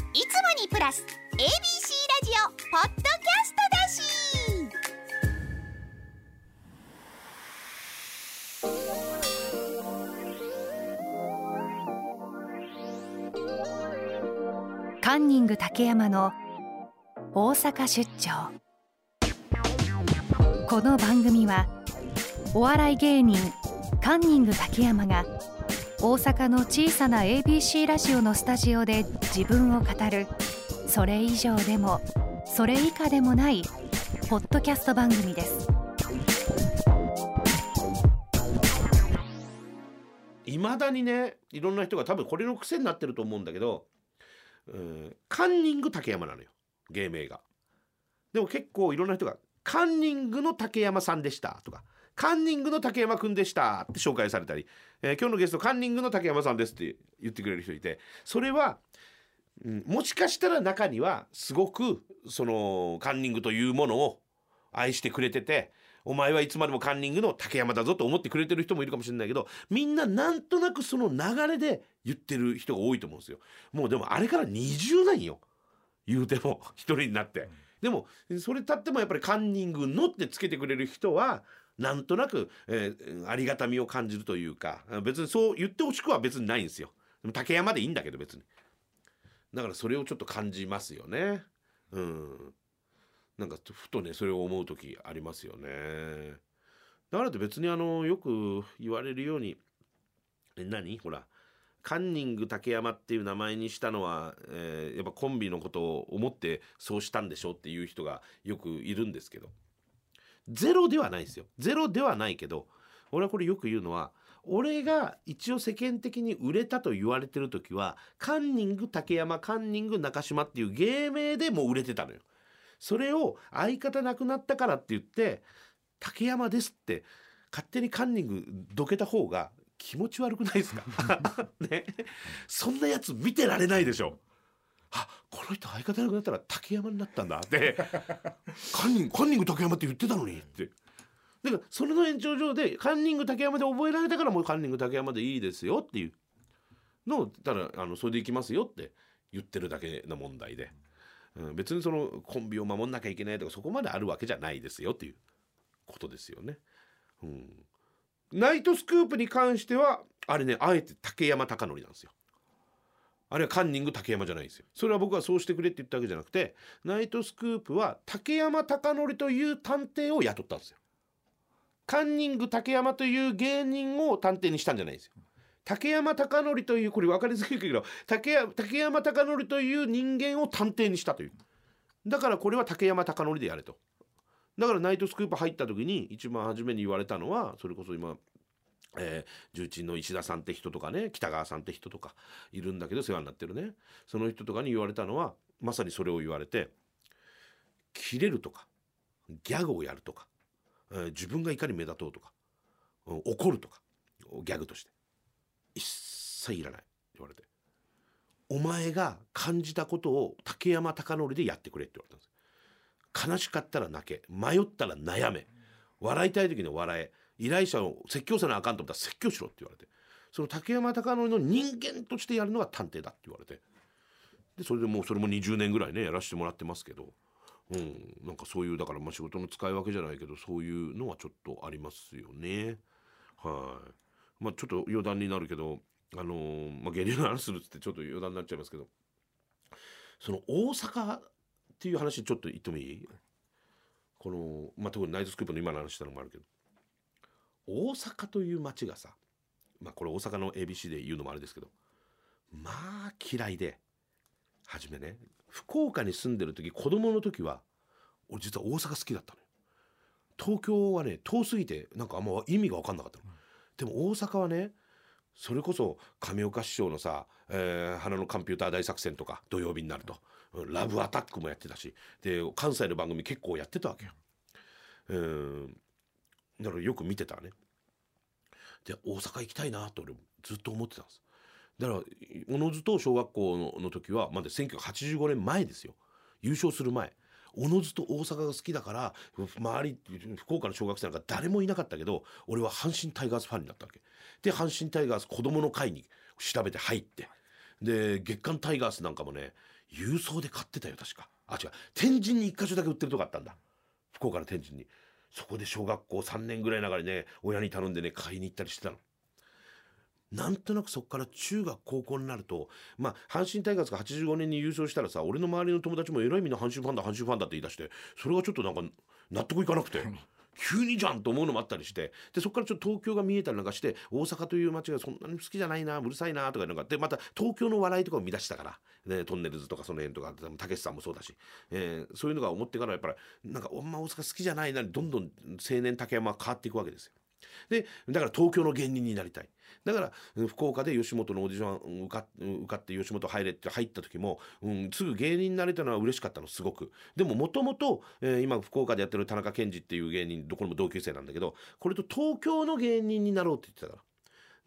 いつもにプラス ABC ラジオポッドキャストだし。カンニング竹山の大阪出張。この番組はお笑い芸人カンニング竹山が大阪の小さな ABC ラジオのスタジオで自分を語る、それ以上でもそれ以下でもないポッドキャスト番組です。 いまだにね、いろんな人が多分これの癖になってると思うんだけど、カンニング竹山なのよ、芸名が。でも結構いろんな人がカンニングの竹山さんでしたとか、カンニングの竹山くんでしたって紹介されたり、今日のゲストカンニングの竹山さんですって言ってくれる人いて、それは、もしかしたら中にはすごくそのカンニングというものを愛してくれてて、お前はいつまでもカンニングの竹山だぞと思ってくれてる人もいるかもしれないけど、みんななんとなくその流れで言ってる人が多いと思うんですよ。もうでもあれから20年よ、言うても一人になって。でもそれたってもやっぱりカンニングのってつけてくれる人はなんとなく、ありがたみを感じるというか、別にそう言ってほしくは別にないんですよ。でも竹山でいいんだけど別に。だからそれをちょっと感じますよね。なんかふとねそれを思う時ありますよね。だからって別によく言われるようにほらカンニング竹山っていう名前にしたのは、やっぱコンビのことを思ってそうしたんでしょうっていう人がよくいるんですけど、ゼロではないですよ。ゼロではないけど、俺はこれよく言うのは、俺が一応世間的に売れたと言われてる時はカンニング竹山、カンニング中島っていう芸名でもう売れてたのよ。それを相方亡くなったからって言って竹山ですって勝手にカンニングどけた方が気持ち悪くないですかね、そんなやつ見てられないでしょ。あ、この人相方なくなったら竹山になったんだってカンニング竹山って言ってたのにって。だからそれの延長上でカンニング竹山で覚えられたからもうカンニング竹山でいいですよっていうのをただそれでいきますよって言ってるだけの問題で、別にそのコンビを守んなきゃいけないとかそこまであるわけじゃないですよっていうことですよね。ナイトスクープに関してはあれね、あえて竹山貴則なんですよ。あれはカンニング竹山じゃないんですよ。それは僕はそうしてくれって言ったわけじゃなくて、ナイトスクープは竹山貴則という探偵を雇ったんですよ。カンニング竹山という芸人を探偵にしたんじゃないんですよ。竹山貴則という、これ分かりづらいけど竹山貴則という人間を探偵にしたという。だからこれは竹山貴則でやれと。だからナイトスクープ入った時に一番初めに言われたのは、それこそ今重鎮の石田さんって人とかね、北川さんって人とかいるんだけど世話になってるね、その人とかに言われたのはまさにそれを言われて、キレるとかギャグをやるとか、自分がいかに目立とうとか、怒るとかギャグとして一切いらないって言われて、お前が感じたことを竹山貴則でやってくれって言われたんです。悲しかったら泣け、迷ったら悩め、笑いたい時に笑え、依頼者を説教せなあかんと思ったら説教しろって言われて、その竹山貴則の人間としてやるのが探偵だって言われて、でそれでもうそれも20年ぐらいねやらせてもらってますけど、なんかそういうだから仕事の使い分けじゃないけどそういうのはちょっとありますよね。ちょっと余談になるけど芸人の話するってちょっと余談になっちゃいますけど、その大阪っていう話ちょっと言ってもいい？この特にナイトスクープの今の話したのもあるけど、大阪という街がさ、これ大阪の ABC で言うのもあれですけど、嫌いで、初めね福岡に住んでる時、子供の時は俺実は大阪好きだったのよ。東京はね遠すぎてなんかあんま意味が分かんなかったの、でも大阪はね、それこそ亀岡師匠のさ、花のコンピューター大作戦とか土曜日になるとラブアタックもやってたし、で関西の番組結構やってたわけよ。だからよく見てたね。で大阪行きたいなと俺ずっと思ってたんです。だからおのずと小学校の時はまだ1985年前ですよ、優勝する前、おのずと大阪が好きだから周り福岡の小学生なんか誰もいなかったけど、俺は阪神タイガースファンになったわけで、阪神タイガース子供の会に調べて入って、 で月刊タイガースなんかもね郵送で買ってたよ確か。違う、天神に1箇所だけ売ってるとこあったんだ、福岡の天神に。そこで小学校3年ぐらいながらね親に頼んでね買いに行ったりしてたの。なんとなくそこから中学高校になると、阪神タイガースが85年に優勝したらさ、俺の周りの友達もえらいみんな阪神ファンだって言い出して、それがちょっとなんか納得いかなくて急にじゃんと思うのもあったりして、でそこからちょっと東京が見えたりなんかして、大阪という街がそんなに好きじゃないな、うるさいなとかなんかで、また東京の笑いとかを見出したから、ね、トンネルズとかその辺とかたけしさんもそうだし、そういうのが思ってからやっぱりなんか大阪好きじゃないなにどんどん青年竹山は変わっていくわけですよ。でだから東京の芸人になりたい。だから福岡で吉本のオーディション受かって吉本入れって入った時も、すぐ芸人になれたのは嬉しかったのすごく。でももともと今福岡でやってる田中健二っていう芸人、どこにも同級生なんだけど、これと東京の芸人になろうって言ってたから、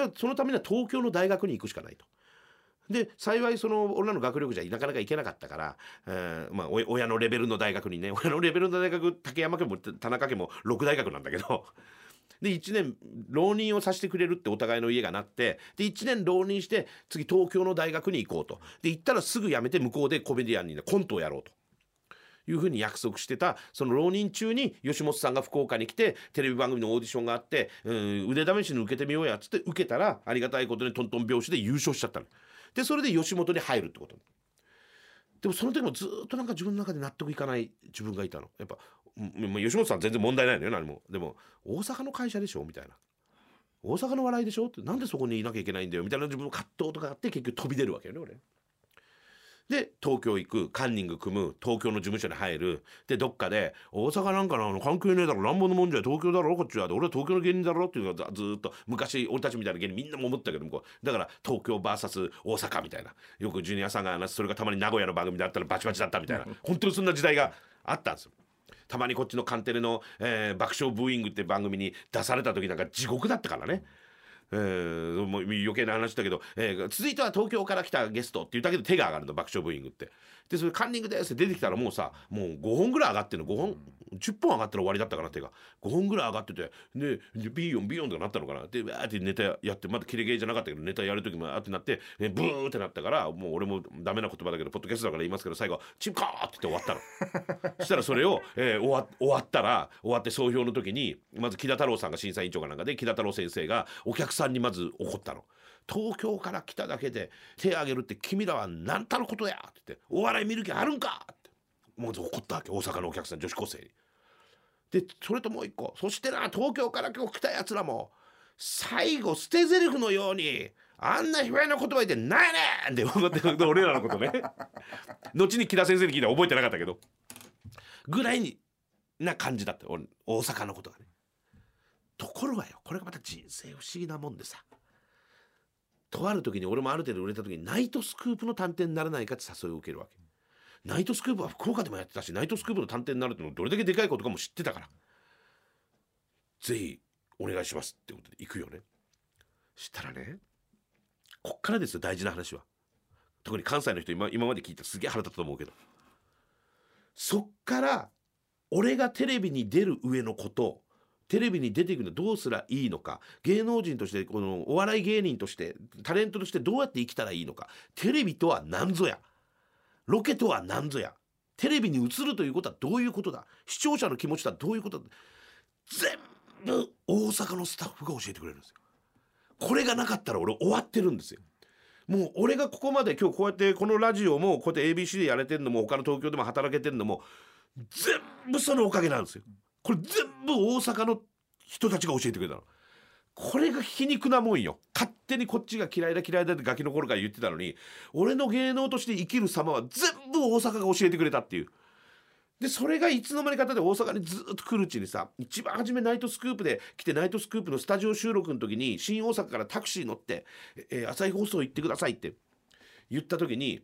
だからそのためには東京の大学に行くしかないと。で幸いその俺らの学力じゃなかなか行けなかったから、親のレベルの大学にね、親のレベルの大学、竹山家も田中家も6大学なんだけどで1年浪人をさせてくれるってお互いの家がなって、で1年浪人して次東京の大学に行こうと。で行ったらすぐ辞めて向こうでコメディアンに、ね、コントをやろうというふうに約束してた。その浪人中に吉本さんが福岡に来てテレビ番組のオーディションがあって、腕試しに受けてみようやっつって受けたら、ありがたいことにトントン拍子で優勝しちゃったの。でそれで吉本に入るってこと。でもその時もずっとなんか自分の中で納得いかない自分がいたの。やっぱ吉本さん全然問題ないのよ何も。でも大阪の会社でしょみたいな、大阪の笑いでしょって、なんでそこにいなきゃいけないんだよみたいな自分の葛藤とかあって、結局飛び出るわけよね俺で。東京行く、カンニング組む、東京の事務所に入る。でどっかで大阪なんかの関係ねえだろ、乱暴なもんじゃ東京だろこっちは、で俺は東京の芸人だろっていうのがずっと昔俺たちみたいな芸人みんなも思ったけども、だから東京 VS 大阪みたいな、よくジュニアさんが話す、それがたまに名古屋の番組であったらバチバチだったみたいな本当にそんな時代があったんですよ。たまにこっちのカンテレの、爆笑ブーイングって番組に出された時なんか地獄だったからね。もう余計な話だけど、続いては東京から来たゲストって言ったけど手が上がるの、爆笑ブーイングって。でそれカンニングですって出てきたらもう5本ぐらい上がってるの、5本10本上がったら終わりだったかな、手が5本ぐらい上がってて、でビヨンビヨンとかなったのかな、でわーってネタやって、まだキレゲーじゃなかったけどネタやる時もあってなって、ブーってなったから、もう俺もダメな言葉だけどポッドキャストだから言いますけど、最後チンカーって言って終わったのそしたらそれを、終わって総評の時にまず木田太郎さんが審査委員長かなんかで、木田太郎先生がお客さんにまず怒ったの。東京から来ただけで手挙げるって君らは何たることやって言って、お笑い見る気あるんかってまず怒ったわけ、大阪のお客さん女子高生に。でそれともう一個、そしてな東京から今日来たやつらも最後捨て台詞のようにあんな卑猥な言葉言ってなんやねんって思ってる俺らのことね後に木田先生に聞いたら覚えてなかったけどぐらいな感じだった俺、大阪のことがね。ところがよ、これがまた人生不思議なもんでさ、とある時に俺もある程度売れた時にナイトスクープの探偵にならないかって誘いを受けるわけ。ナイトスクープは福岡でもやってたし、ナイトスクープの探偵になるってのどれだけでかいことかも知ってたから、ぜひお願いしますってことで行くよね。したらね、こっからですよ大事な話は。特に関西の人今まで聞いたらすげえ腹立ったと思うけど、そっから俺がテレビに出る上のこと、テレビに出ていくのどうすらいいのか、芸能人としてこのお笑い芸人としてタレントとしてどうやって生きたらいいのか、テレビとは何ぞや、ロケとは何ぞや、テレビに映るということはどういうことだ、視聴者の気持ちとはどういうことだ、全部大阪のスタッフが教えてくれるんですよ。これがなかったら俺終わってるんですよ。もう俺がここまで今日こうやってこのラジオもこうやって ABC でやれてるのも他の東京でも働けてるのも全部そのおかげなんですよ。これ全部大阪の人たちが教えてくれたの。これが皮肉なもんよ。勝手にこっちが嫌いだってガキの頃から言ってたのに、俺の芸能として生きる様は全部大阪が教えてくれたっていう。でそれがいつの間にかで大阪にずっと来るうちにさ、一番初めナイトスクープで来て、ナイトスクープのスタジオ収録の時に新大阪からタクシー乗って、朝日放送行ってくださいって言った時に、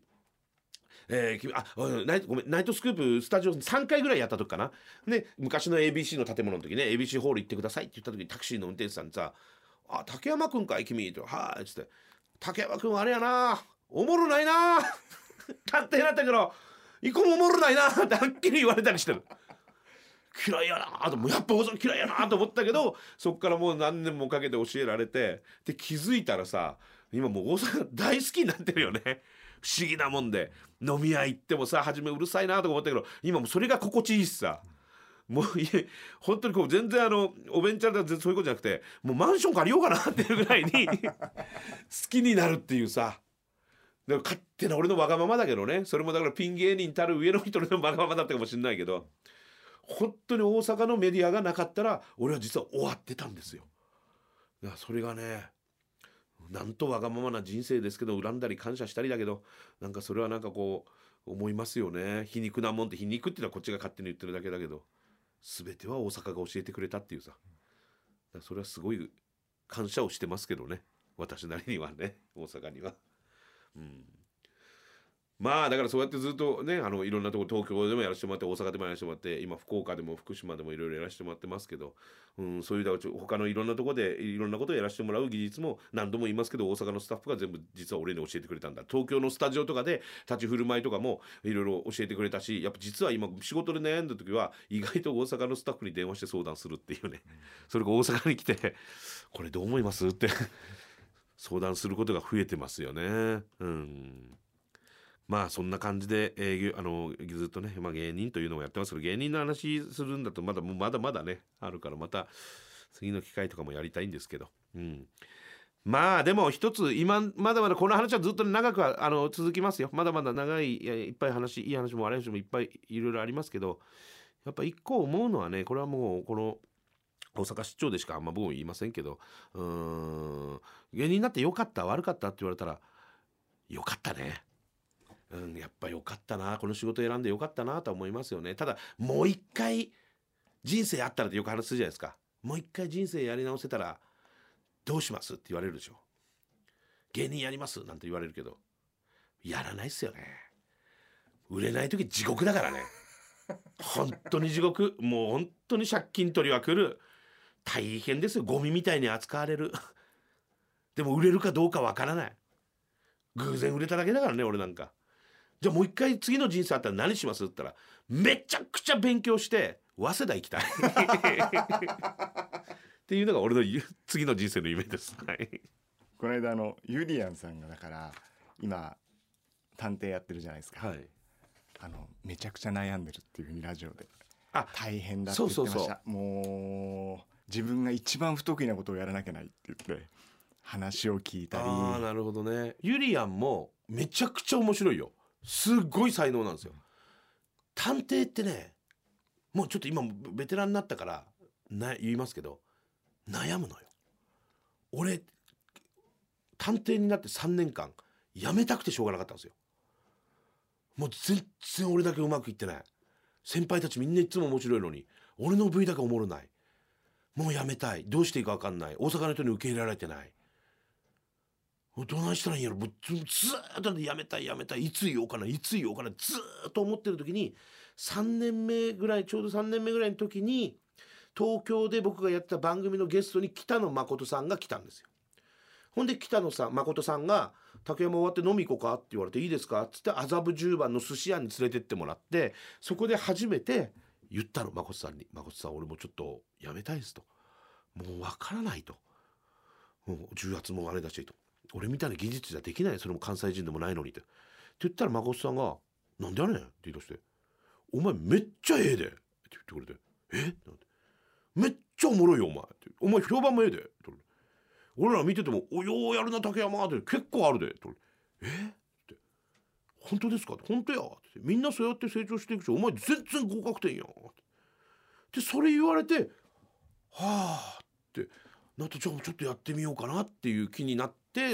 ナイトスクープスタジオ3回ぐらいやった時かな。で昔の ABC の建物の時ね、 ABC ホール行ってくださいって言った時にタクシーの運転手さんにさ「あ、竹山くんかい君」って「はい」っつって「竹山くんあれやな、おもろないな探偵なったけど一個もおもろないな」ってはっきり言われたりしてる。嫌いやなと、もうやっぱ大阪嫌いやなと思ったけど、そっからもう何年もかけて教えられて、で気づいたらさ、 今もう大阪大好きになってるよね。不思議なもんで、飲み屋行ってもさ、初めうるさいなとか思ったけど、今もうそれが心地いいしさ、もう本当にこう全然おべんちゃんだとそういうことじゃなくて、もうマンション借りようかなっていうぐらいに好きになるっていうさ。だから勝手な俺のわがままだけどね、それもだからピン芸人たる上の人のわがままだったかもしれないけど、本当に大阪のメディアがなかったら俺は実は終わってたんですよ。だからそれがね、なんとわがままな人生ですけど、恨んだり感謝したりだけど、なんかそれはなんかこう思いますよね。皮肉なもんって、皮肉っていうのはこっちが勝手に言ってるだけだけど、全ては大阪が教えてくれたっていうさ。だからそれはすごい感謝をしてますけどね、私なりにはね、大阪には。まあだからそうやってずっとね、いろんなところ、東京でもやらせてもらって、大阪でもやらせてもらって、今福岡でも福島でもいろいろやらせてもらってますけど、そういう他のいろんなところでいろんなことをやらせてもらう技術も何度も言いますけど、大阪のスタッフが全部実は俺に教えてくれたんだ。東京のスタジオとかで立ち振る舞いとかもいろいろ教えてくれたし、やっぱ実は今仕事で悩んだ時は意外と大阪のスタッフに電話して相談するっていうね、それが大阪に来てこれどう思いますって相談することが増えてますよね。まあそんな感じで、ずっとね、芸人というのをやってますけど、芸人の話するんだとまだまだねあるから、また次の機会とかもやりたいんですけど、まあでも一つまだまだこの話はずっと長くは続きますよ。まだまだ長い、いっぱいいい話も悪い話もいっぱいいろいろありますけど、やっぱ一個思うのはね、これはもうこの大阪出張でしか僕も言いませんけど、芸人になってよかった悪かったって言われたらよかったね。やっぱよかったな、この仕事選んでよかったなと思いますよね。ただもう一回人生あったらってよく話するじゃないですか。もう一回人生やり直せたらどうしますって言われるでしょ。芸人やりますなんて言われるけど、やらないっすよね。売れない時地獄だからね本当に地獄。もう本当に借金取りは来る。大変ですよ。ゴミみたいに扱われるでも売れるかどうかわからない。偶然売れただけだからね、俺なんか。じゃあもう一回次の人生あったら何しますって言ったら、めちゃくちゃ勉強して早稲田行きたいっていうのが俺の次の人生の夢です。 この間ユリアンさんがだから今探偵やってるじゃないですか、めちゃくちゃ悩んでるっていうふうにラジオで大変だって言ってました。もう自分が一番不得意なことをやらなきゃないって言って話を聞いたり。 なるほどね。ユリアンもめちゃくちゃ面白いよ。すっごい才能なんですよ。探偵ってね、もうちょっと今ベテランになったから言いますけど、悩むのよ。俺探偵になって3年間辞めたくてしょうがなかったんですよ。もう全然俺だけうまくいってない。先輩たちみんないつも面白いのに俺の部位だけおもろない。もう辞めたい。どうしていいか分かんない。大阪の人に受け入れられてない。どないしたらいいんやろ。ずーっとやめたいいつ言おうかなずーっと思ってる時に3年目ぐらい、ちょうど3年目ぐらいの時に東京で僕がやってた番組のゲストに北野誠さんが来たんですよ。ほんで北野誠さんが竹山終わって飲み行こうかって言われて、いいですかっつって麻布十番の寿司屋に連れてってもらって、そこで初めて言ったの、誠さんに。誠さん、俺もちょっとやめたいですと。もう分からないと。もう重圧もあれだしと。俺みたいな技術じゃできない。それも関西人でもないのにって言ったら、誠さんがなんでやねんって言い出して、お前めっちゃええでって言ってくれて、なんてめっちゃおもろいよお前って、お前評判もええでって、俺ら見ててもおようやるな竹山って結構あるでって、って本当ですかって、本当やって、みんなそうやって成長していくし、お前全然合格点やんってそれ言われて、はあってなって、じゃあちょっとやってみようかなっていう気になって、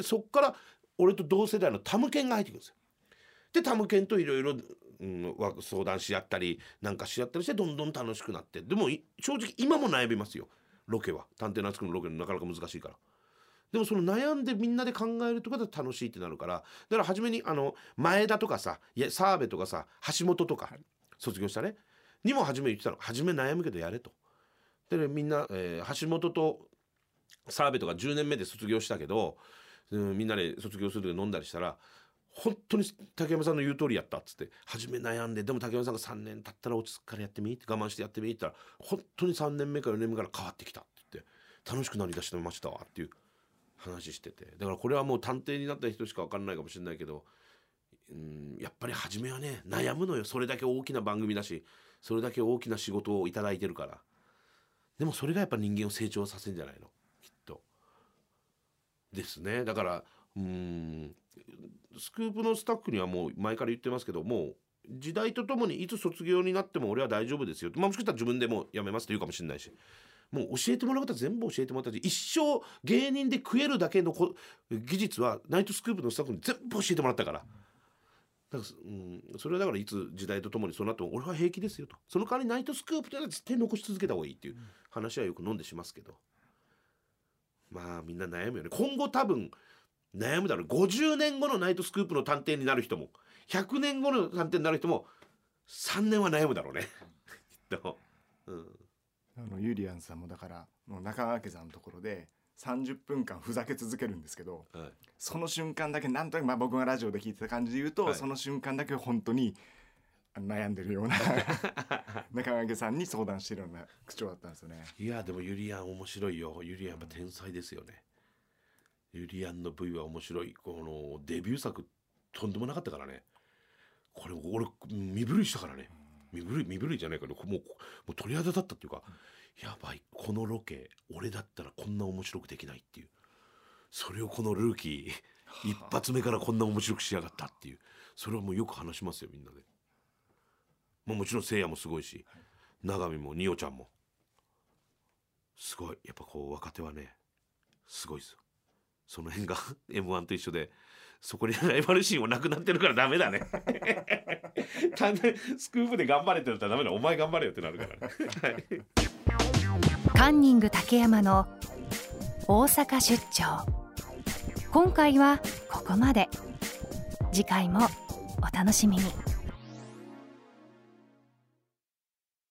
そっから俺と同世代のタムケンが入ってくるんですよ。でタムケンといろいろ相談し合ったりなんかし合ったりして、どんどん楽しくなって。でも正直今も悩みますよ。ロケは探偵の夏のロケなかなか難しいから。でもその悩んでみんなで考えるとかで楽しいってなるから。だから初めに前田とかさ、澤部とかさ、橋本とか卒業したねにも初め言ってたの。初め悩むけどやれと。で、ね、みんな、橋本と澤部とか10年目で卒業したけど、みんなで卒業するで飲んだりしたら、本当に竹山さんの言う通りやったっつって、初め悩んで、でも竹山さんが3年経ったら落ち着くからやってみって、我慢してやってみって言ったら、本当に3年目か4年目から変わってきたって言って、楽しくなりだしてましたわっていう。 話してて、だからこれはもう探偵になった人しか分かんないかもしれないけど、やっぱり初めはね悩むのよ。それだけ大きな番組だし、それだけ大きな仕事をいただいてるから。でもそれがやっぱ人間を成長させるんじゃないの、きっとですね。だからスクープのスタッフにはもう前から言ってますけど、もう時代とともにいつ卒業になっても俺は大丈夫ですよ、もしかしたら自分でも辞めますって言うかもしれないし、もう教えてもらうことは全部教えてもらったし、一生芸人で食えるだけの技術はナイトスクープのスタッフに全部教えてもらったから、だから、それはだからいつ時代とともにその後俺は平気ですよと、その代わりナイトスクープというのは絶対残し続けた方がいいっていう話はよく飲んでしますけど、まあみんな悩むよね。今後多分悩むだろう。50年後のナイトスクープの探偵になる人も100年後の探偵になる人も3年は悩むだろうねきっと、 ゆりやんさんもだからもう中川家さんのところで30分間ふざけ続けるんですけど、その瞬間だけなんとなく、僕がラジオで聞いてた感じで言うと、その瞬間だけ本当に悩んでるような中川家さんに相談してるような口調だったんですよね。 いやでもゆりやん面白いよ。ゆりやんやっぱ天才ですよね。ゆりやんの V は面白い。このデビュー作とんでもなかったからね。これ俺身震いしたからね。身震いじゃないけどもう鳥肌だったっていうか、やばいこのロケ俺だったらこんな面白くできないっていう、それをこのルーキー一発目からこんな面白くしやがったっていう、それはもうよく話しますよみんなで。もちろんせいやもすごいし、永見もにおちゃんもすごい。やっぱこう若手はねすごいですよ。その辺が M1 と一緒で、そこにライバル心はなくなってるからダメだねスクープで頑張れってなったらダメだ、お前頑張れよってなるからねカンニング竹山の大阪出張、今回はここまで。次回もお楽しみに。